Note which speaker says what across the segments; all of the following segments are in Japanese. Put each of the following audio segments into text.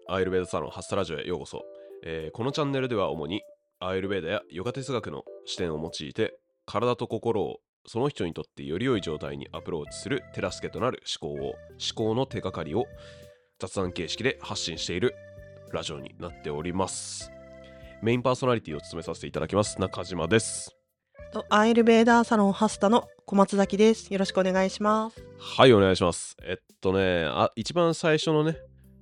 Speaker 1: アイルベーダサロンハッサラジオへようこそ。このチャンネルでは主にアイルベーダやヨガ哲学の視点を用いて体と心をその人にとってより良い状態にアプローチする手助けとなる思考の手がかりを雑談形式で発信しているラジオになっております。メインパーソナリティを務めさせていただきます中島です。
Speaker 2: アイルベーダーサロンハスタの小松崎です。よろしくお願いします。
Speaker 1: はい、お願いします。一番最初の挨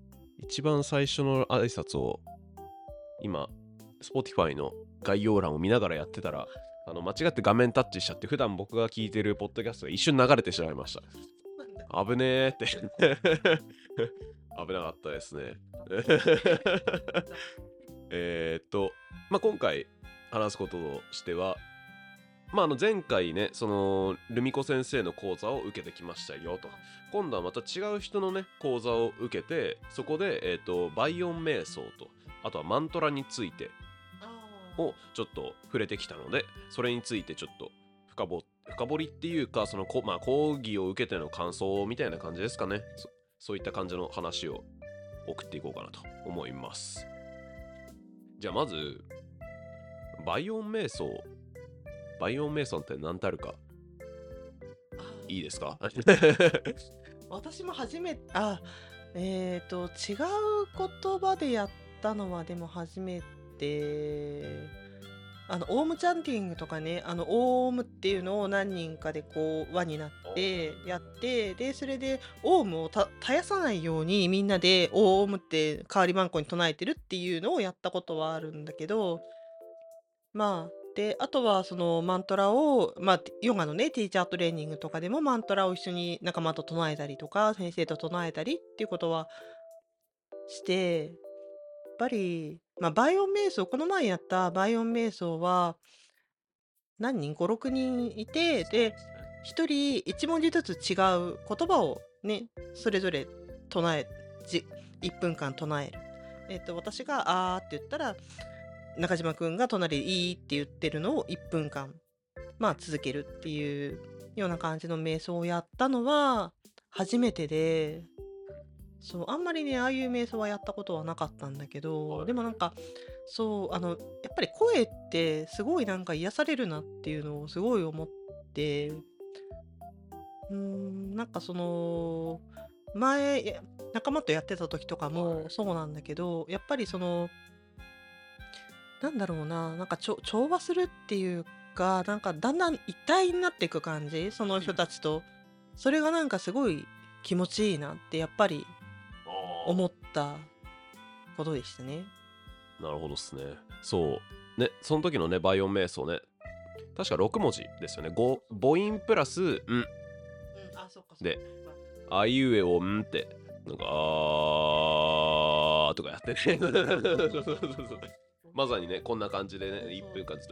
Speaker 1: 拶を今 Spotify の概要欄を見ながらやってたら間違って画面タッチしちゃって、普段僕が聞いてるポッドキャストが一瞬流れてしまいました。危ねーって危なかったですね今回話すこととしては、前回ね、ルミ子先生の講座を受けてきましたよと。今度はまた違う人のね講座を受けて、そこでバイオン瞑想と、あとはマントラについてをちょっと触れてきたので、それについてちょっと深掘りっていうか、講義を受けての感想みたいな感じですかね。そういった感じの話を送っていこうかなと思います。じゃあまずバイオン瞑想って何たるかいいですか
Speaker 2: 私も初めて違う言葉でやったのはでも初めて、オウムチャンティングとかね、オウムっていうのを何人かでこう輪になってやって、でそれでオウムを絶やさないようにみんなでオウムって代わりばんこに唱えてるっていうのをやったことはあるんだけど、であとはそのマントラを、ヨガのねティーチャートレーニングとかでもマントラを一緒に仲間と唱えたりとか先生と唱えたりっていうことはして、やっぱり、バイオン瞑想、この前やったバイオン瞑想は何人 ?5、6人いて、で1人1文字ずつ違う言葉をねそれぞれ1分間唱える。私があーって言ったら中島くんが隣でいいって言ってるのを1分間続けるっていうような感じの瞑想をやったのは初めてで、そうあんまりねああいう瞑想はやったことはなかったんだけど、でもなんかそうやっぱり声ってすごいなんか癒されるなっていうのをすごい思って、なんか前仲間とやってた時とかもそうなんだけど、やっぱりなんだろうな、なんか調和するっていうか、なんかだんだん一体になっていく感じ、その人たちと。それがなんかすごい気持ちいいなってやっぱり思ったことでしたね。
Speaker 1: なるほどっすね。そうね、その時のねバイオン瞑想ね、確か6文字ですよね。母音プラスんで、あいうえおんってなんかとかやってねまさにねこんな感じでね1分間ずっと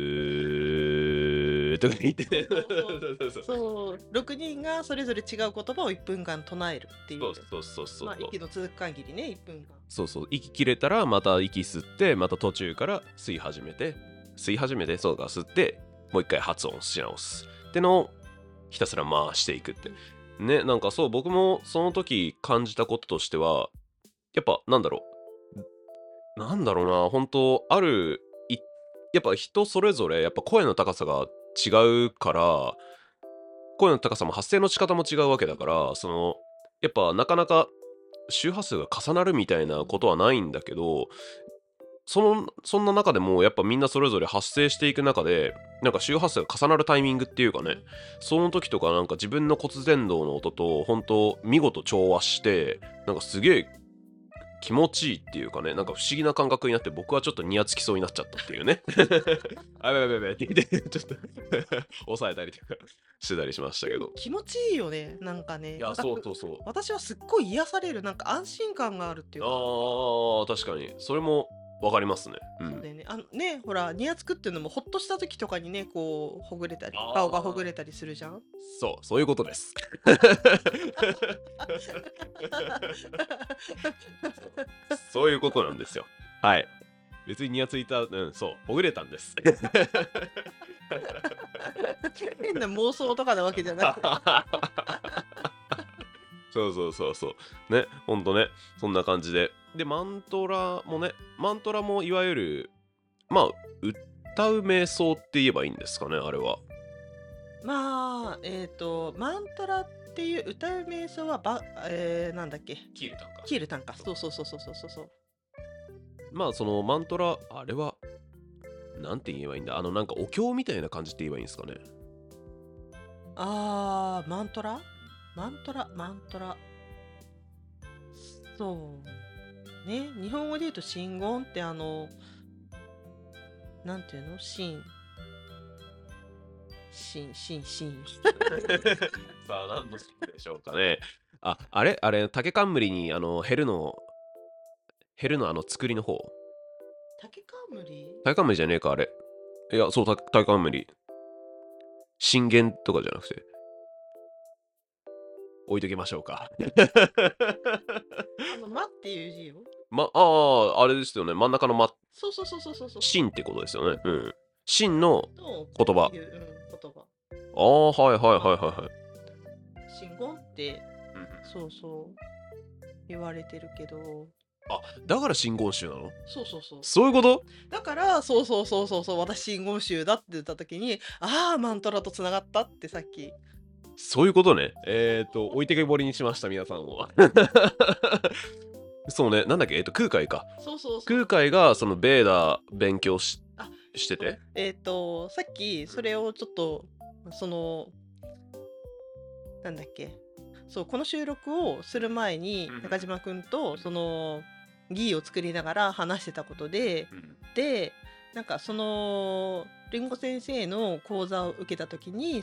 Speaker 1: とか言ってね
Speaker 2: そう6人がそれぞれ違う言葉を1分間唱えるっていう。
Speaker 1: そう
Speaker 2: 息の続く限りね1分間。
Speaker 1: 息切れたらまた息吸って、また途中から吸い始めてそうか吸ってもう一回発音し直すってのをひたすら回していくってね。なんかそう僕もその時感じたこととしては、やっぱなんだろうな、本当やっぱ人それぞれやっぱ声の高さが違うから、声の高さも発声の仕方も違うわけだから、やっぱなかなか周波数が重なるみたいなことはないんだけど、そんな中でもやっぱみんなそれぞれ発声していく中で、なんか周波数が重なるタイミングっていうかね、その時とかなんか自分の骨伝導の音と本当見事調和して、なんかすげえ気持ちいいっていうかね、なんか不思議な感覚になって、僕はちょっとニヤつきそうになっちゃったっていうねあべって言ってちょっと抑えたりとかしてたりしましたけど、
Speaker 2: 気持ちいいよね、なんかね。
Speaker 1: いやそう
Speaker 2: 私はすっごい癒される、なんか安心感があるっていうか。
Speaker 1: 確かにそれもわかりますね。
Speaker 2: そうだよね。ほらニヤつくっていうのもほっとした時とかにねこうほぐれたり顔がほぐれたりするじゃん。
Speaker 1: そういうことですそういうことなんですよ。はい、別にニヤついた、そうほぐれたんです
Speaker 2: 変な妄想とかなわけじゃなくて
Speaker 1: そうね、ほんとね、そんな感じででマントラもいわゆるまあ歌う瞑想って言えばいいんですかね、あれは。
Speaker 2: まあ、マントラっていう歌う瞑想はなんだっけ、
Speaker 1: キールタンか。
Speaker 2: キールタンか。そうそうそうそうそうそう。
Speaker 1: まあそのマントラ、あれはなんて言えばいいんだ、なんかお経みたいな感じって言えばいいんですかね。
Speaker 2: マントラ。そうね、日本語で言うと真言ってなんていうの、真
Speaker 1: さあ何のシーンでしょうかね。あれ竹冠にヘルの作りの方。
Speaker 2: 竹冠。
Speaker 1: 竹冠じゃねえかあれ。いやそう、竹冠信玄とかじゃなくて、置いときましょうか。
Speaker 2: 間っていう字よ。
Speaker 1: あれですよね、真ん中の間。
Speaker 2: そうそうそうそうそうそう。
Speaker 1: 真ってことですよね。うん。真の言葉。
Speaker 2: 言葉。
Speaker 1: はいはいはいはいはい。
Speaker 2: 真言って、そうそう言われてるけど。
Speaker 1: だから真言宗なの？
Speaker 2: そうそうそう。
Speaker 1: そういうこと？
Speaker 2: だからそう私真言宗だって言った時に、マントラとつながったってさっき。
Speaker 1: そういうことね。置いてけぼりにしました皆さんを。そうね、なんだっけ、空海か。
Speaker 2: そう
Speaker 1: 空海がそのベーダー勉強してて、
Speaker 2: さっきそれをちょっとなんだっけ、そう、この収録をする前に中島くんとギーを作りながら話してたことで、でなんかりんご先生の講座を受けた時に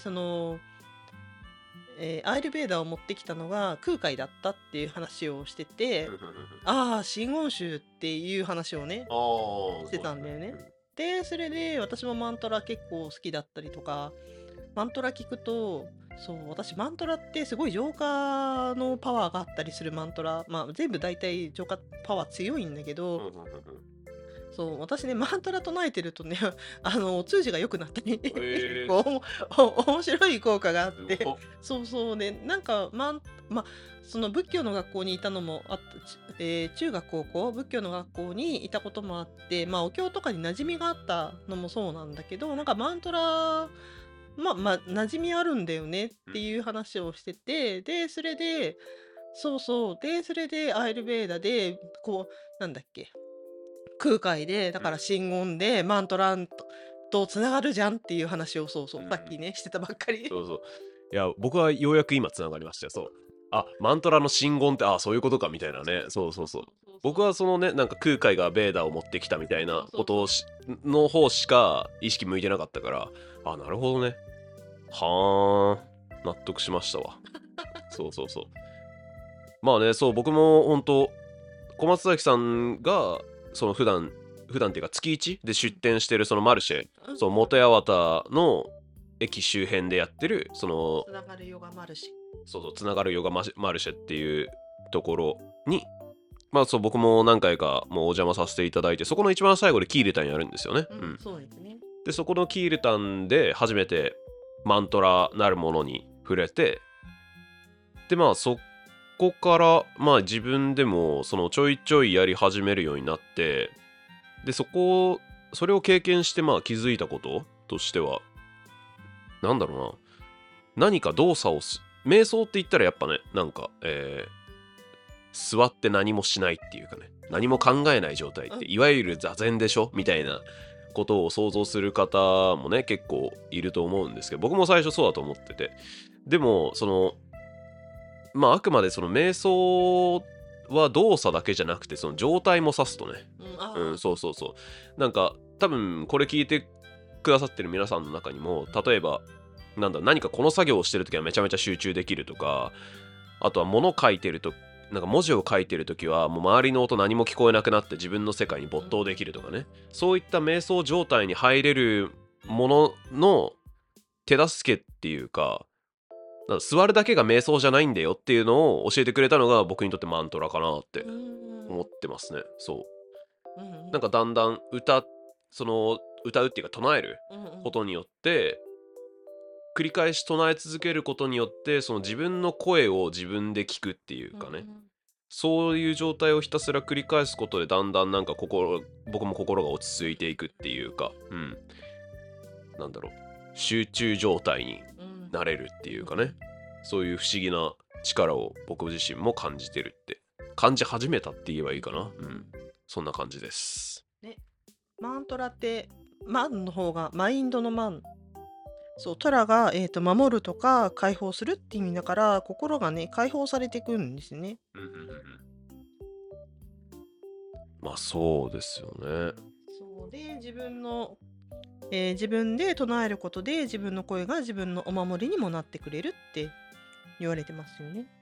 Speaker 2: アイルベーダーを持ってきたのが空海だったっていう話をしてて、真言宗っていう話をねしてたんだよね。でそれで私もマントラ結構好きだったりとか、マントラ聞くと、そう私マントラってすごい浄化のパワーがあったりするマントラ、全部大体浄化パワー強いんだけど、そう私ねマントラ唱えてるとねお通じが良くなったり、結構面白い効果があって、そうね、なんかその仏教の学校にいたのもあった、中学高校仏教の学校にいたこともあって、お経とかに馴染みがあったのもそうなんだけど、なんかマントラ馴染みあるんだよねっていう話をしてて、でそれでそれでアイルベーダでなんだっけ、空海でだから真言でマントラとつながるじゃんっていう話をさっきねしてたばっかり。
Speaker 1: そういや僕はようやく今つながりましたよ。そうマントラの真言ってそういうことかみたいなね。そう僕はそのね、なんか空海がベーダーを持ってきたみたいなことをの方しか意識向いてなかったから、なるほどね、は納得しましたわ。そうまあね、そう僕も本当小松崎さんがその普段っていうか月1で出店してるそのマルシェ、そう元八幡の駅周辺でやってるその
Speaker 2: つながるヨガマルシェ、
Speaker 1: つながるヨガマルシェっていうところにそう僕も何回かもうお邪魔させていただいて、そこの一番最後でキールタンやるんですよね。
Speaker 2: そうですね。
Speaker 1: でそこのキールタンで初めてマントラなるものに触れて、でそこから自分でもそのちょいちょいやり始めるようになって、でそれを経験して気づいたこととしては、なんだろうな、何か動作を瞑想って言ったらやっぱね、なんか座って何もしないっていうかね、何も考えない状態っていわゆる座禅でしょみたいなことを想像する方もね結構いると思うんですけど、僕も最初そうだと思ってて、でもあくまでその瞑想は動作だけじゃなくてその状態も指すとね、そうなんか多分これ聞いてくださってる皆さんの中にも、例えば何かこの作業をしてるときはめちゃめちゃ集中できるとか、あとは物書いてるとなんか文字を書いてるときはもう周りの音何も聞こえなくなって自分の世界に没頭できるとかね、そういった瞑想状態に入れるものの手助けっていうか、座るだけが瞑想じゃないんだよっていうのを教えてくれたのが僕にとってマントラかなって思ってますね。なんかだんだん歌うっていうか唱えることによって繰り返し唱え続けることによってその自分の声を自分で聞くっていうかね、 そういう状態をひたすら繰り返すことでだんだんなんか僕も心が落ち着いていくっていうか、なんだろう、集中状態になれるっていうかね、そういう不思議な力を僕自身も感じてるって感じ始めたって言えばいいかな。そんな感じです。
Speaker 2: マントラってマンの方がマインドのマン、そうトラが、守るとか解放するって意味だから、心がね解放されていくんですね。
Speaker 1: まあそうですよね。
Speaker 2: そうで自分で唱えることで自分の声が自分のお守りにもなってくれるって言われてますよね。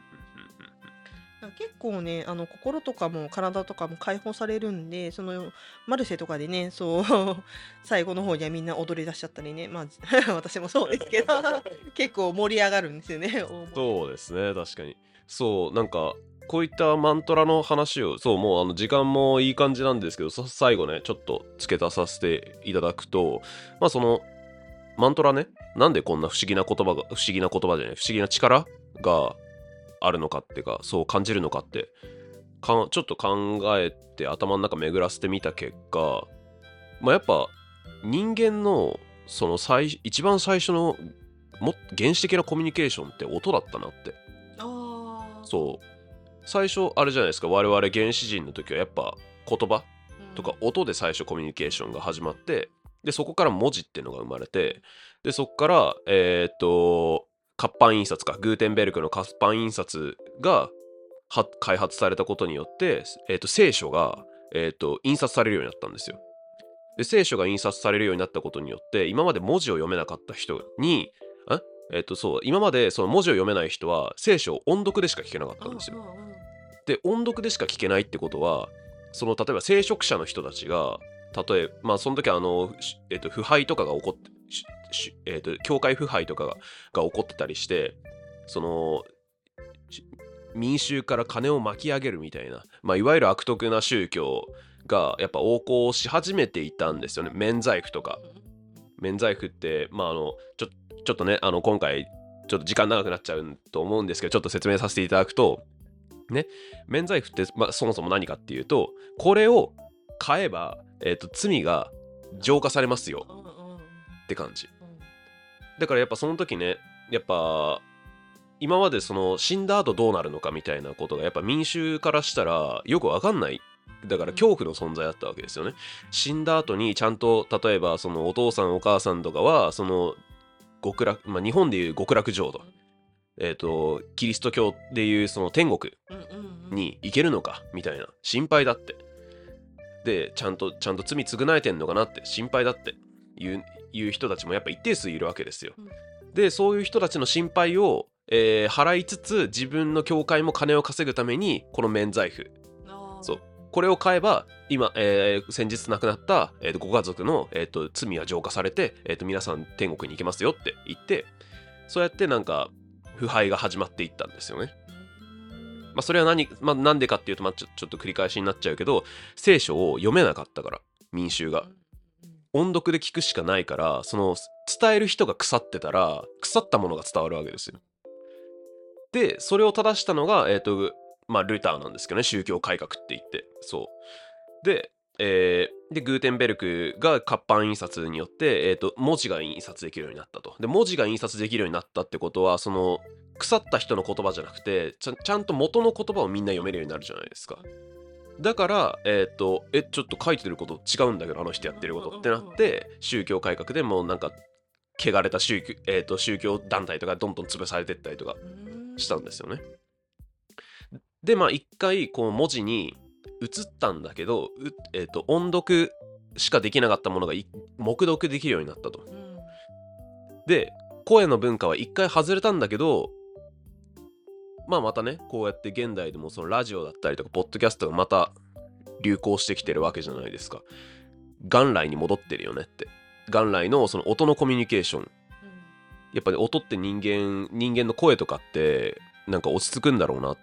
Speaker 2: 結構ね心とかも体とかも解放されるんで、そのマルシェとかでね、そう最後の方にはみんな踊り出しちゃったりね、まあ私もそうですけど結構盛り上がるんですよね。
Speaker 1: そうですね、確かに。そう、なんかこういったマントラの話を、そう、もう時間もいい感じなんですけど、最後ねちょっと付け足させていただくと、まあそのマントラね、なんでこんな不思議な言葉不思議な力があるのかっていうか、そう感じるのかってちょっと考えて頭の中巡らせてみた結果、まあやっぱ人間のその一番最初の原始的なコミュニケーションって音だったなって。そう最初あれじゃないですか、我々原始人の時はやっぱ言葉とか音で最初コミュニケーションが始まって、でそこから文字っていうのが生まれて、でそこから活版印刷か、グーテンベルクの活版印刷が開発されたことによって、聖書が、印刷されるようになったんですよ。で聖書が印刷されるようになったことによって、今まで文字を読めなかった人に今までその文字を読めない人は聖書を音読でしか聞けなかったんですよ。で音読でしか聞けないってことは、その例えば聖職者の人たちが、まあその時腐敗とかが起こって教会腐敗とかが起こってたりして、その民衆から金を巻き上げるみたいな、まあ、いわゆる悪徳な宗教がやっぱ横行し始めていたんですよね。免罪符とか。免罪符って、まあちょっとね今回ちょっと時間長くなっちゃうと思うんですけど、ちょっと説明させていただくとね、免罪符って、そもそも何かっていうと、これを買えば、罪が浄化されますよって感じ。だからやっぱその時ね、やっぱ今までその死んだ後どうなるのかみたいなことがやっぱ民衆からしたらよくわかんない。だから恐怖の存在だったわけですよね。死んだ後にちゃんと、例えばそのお父さんお母さんとかはその極楽、日本でいう極楽浄土、キリスト教でいうその天国に行けるのかみたいな心配だって。でちゃんと罪償えてんのかなって心配だっていう人たちもやっぱ一定数いるわけですよ。でそういう人たちの心配を、払いつつ、自分の教会も金を稼ぐためにこの免罪符、そうこれを買えば今、先日亡くなった、ご家族の、罪は浄化されて、皆さん天国に行けますよって言って、そうやってなんか腐敗が始まっていったんですよね。それはなんでかっていうと、ちょっと繰り返しになっちゃうけど、聖書を読めなかったから、民衆が音読で聞くしかないから、その伝える人が腐ってたら腐ったものが伝わるわけですよ。でそれを正したのがルターなんですけどね、宗教改革って言って。そうでグーテンベルクが活版印刷によって、文字が印刷できるようになったと。で文字が印刷できるようになったってことは、その腐った人の言葉じゃなくてちゃんと元の言葉をみんな読めるようになるじゃないですか。だからちょっと書いてること違うんだけど、あの人やってることってなって、宗教改革でもうなんか汚れた宗教団体とかどんどん潰されてったりとかしたんですよね。で一回こう文字に移ったんだけど、音読しかできなかったものが黙読できるようになったと。で声の文化は一回外れたんだけど、またねこうやって現代でもそのラジオだったりとかポッドキャストがまた流行してきてるわけじゃないですか。元来に戻ってるよねって。元来のその音のコミュニケーション、やっぱり音って人間の声とかってなんか落ち着くんだろうなって、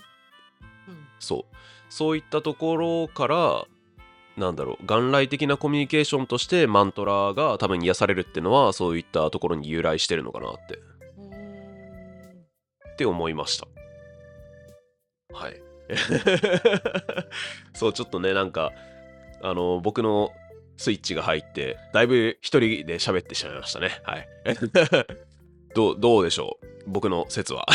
Speaker 1: そういったところから元来的なコミュニケーションとしてマントラが多分癒されるっていうのは、そういったところに由来してるのかなって思いました。 はい。そう、ちょっとね、なんか、僕のスイッチが入って、だいぶ一人で喋ってしまいましたね。はい。どうでしょう僕の説は。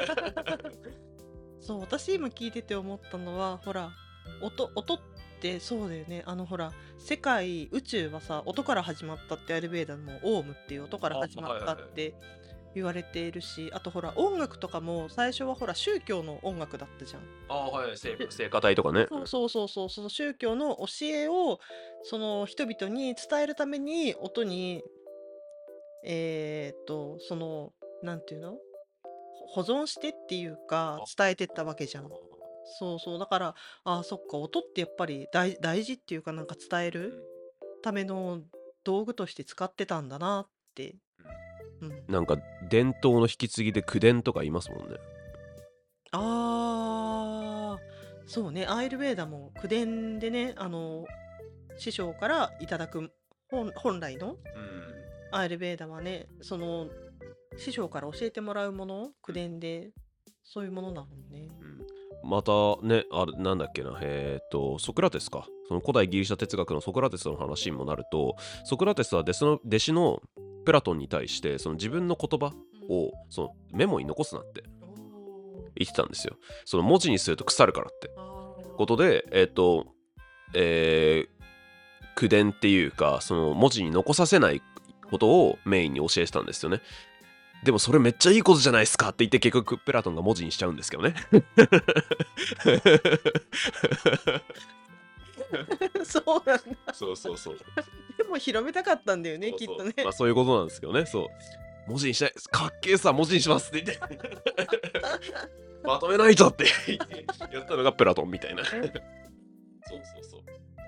Speaker 2: そう、私今聞いてて思ったのは、ほら、音ってそうだよね。ほら、宇宙はさ、音から始まったってアイルベーダのオウムっていう音から
Speaker 1: あ、
Speaker 2: 始ま
Speaker 1: はいはいはい。
Speaker 2: ったって言われているし、あとほら、音楽とかも最初はほら、宗教の音楽だったじゃん。
Speaker 1: あ、はい、
Speaker 2: で
Speaker 1: 聖歌隊とかね。
Speaker 2: そうそうそうそう、その宗教の教えを、その人々に伝えるために、音に、その、なんていうの保存してっていうか、
Speaker 1: あ、
Speaker 2: 伝えてったわけじゃん。そうそう。だから、そっか、音ってやっぱり大事っていうか、なんか伝える
Speaker 1: うん
Speaker 2: ための道具として使ってたんだなって。うん。
Speaker 1: なんか、伝統の引き継ぎで口伝とか言いますもんね。
Speaker 2: あそうね、アーユルヴェーダも口伝でね、師匠からいただく本来の
Speaker 1: うん。
Speaker 2: アーユルヴェーダはね、その師匠から教えてもらうもの、口伝で、そういうものだもんね。
Speaker 1: またね、あれなんだっけな、ソクラテスか。その古代ギリシャ哲学のソクラテスの話にもなると、ソクラテスは弟子のプラトンに対して、その自分の言葉をそのメモに残すなって
Speaker 2: おー
Speaker 1: 言ってたんですよ。その文字にすると腐るからって
Speaker 2: あー
Speaker 1: ことで、口伝っていうか、その文字に残させないことをメインに教えてたんですよね。でもそれめっちゃいいことじゃないですかって言って結局プラトンが文字にしちゃうんですけどね。
Speaker 2: そうなんだ。
Speaker 1: そうそうそう。
Speaker 2: でも広めたかったんだよね、
Speaker 1: そうそう
Speaker 2: きっとね。
Speaker 1: まあそういうことなんですけどね。そう。文字にしない。かっけえさ、文字にしますって言って。まとめないとって言ってやったのがプラトンみたいな。そうそうそう。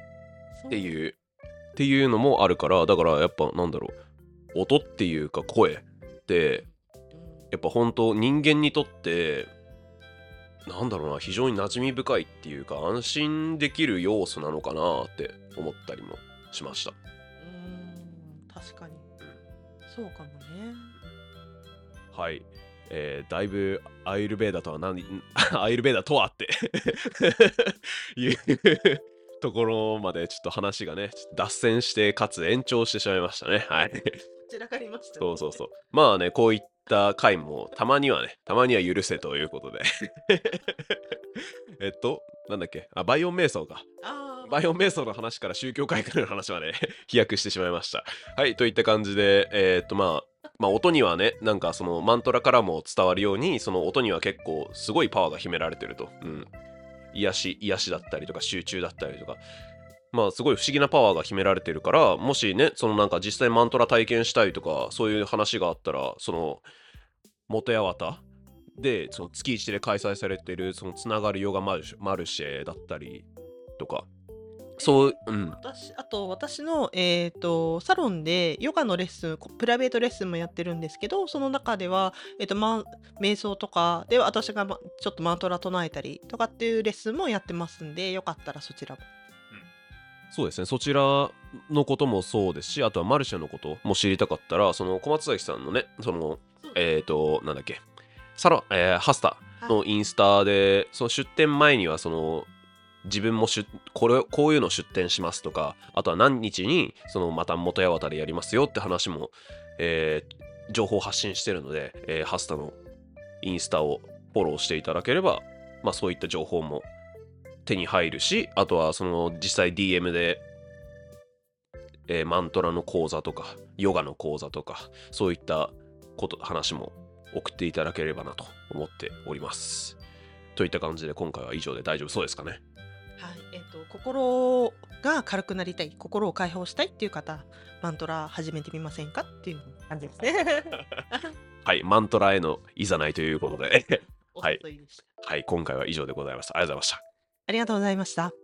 Speaker 1: っていうのもあるから、だからやっぱなんだろう。音っていうか声ってやっぱ本当人間にとってなんだろうな非常に馴染み深いっていうか安心できる要素なのかなって思ったりもしました。
Speaker 2: 確かに。そうかもね。
Speaker 1: はい、だいぶアイルベーダとはアイルベーダとはっていうところまでちょっと話がねちょっと脱線してかつ延長してしまいましたね。はい。
Speaker 2: 散らかりましたね。
Speaker 1: そうそうそう。まあね、こういった回もたまには許せということで。なんだっけ、バイオン瞑想か。バイオン瞑想の話から宗教改革の話まで飛躍してしまいました。はい、といった感じで、まあ音にはね、なんかそのマントラからも伝わるように、その音には結構すごいパワーが秘められてると。癒しだったりとか集中だったりとか。まあすごい不思議なパワーが秘められてるからもしねそのなんか実際マントラ体験したいとかそういう話があったらその元八幡でその月1で開催されてるそのつながるヨガマルシェだったりとかそう
Speaker 2: あと私の、サロンでヨガのレッスン、プライベートレッスンもやってるんですけど、その中では、瞑想とかで私が、ちょっとマントラ唱えたりとかっていうレッスンもやってますんで、よかったらそちらも。
Speaker 1: そうですねそちらのこともそうですしあとはマルシェのことも知りたかったらその小松崎さんのねそのなんだっけハスタのインスタでその出店前にはその自分もこういうの出店しますとかあとは何日にそのまた元八幡でやりますよって話も、情報発信してるので、ハスタのインスタをフォローしていただければまあそういった情報も手に入るしあとはその実際 DM で、マントラの講座とかヨガの講座とかそういった話も送っていただければなと思っておりますといった感じで今回は以上で大丈夫そうですかね。
Speaker 2: はい、心が軽くなりたい、心を解放したいっていう方、マントラ始めてみませんかっていう感じですね。
Speaker 1: はいマントラへのいざないということで
Speaker 2: お
Speaker 1: はい、
Speaker 2: 誘いでした。
Speaker 1: はい、今回は以上でございます。ありがとうございました。
Speaker 2: ありがとうございました。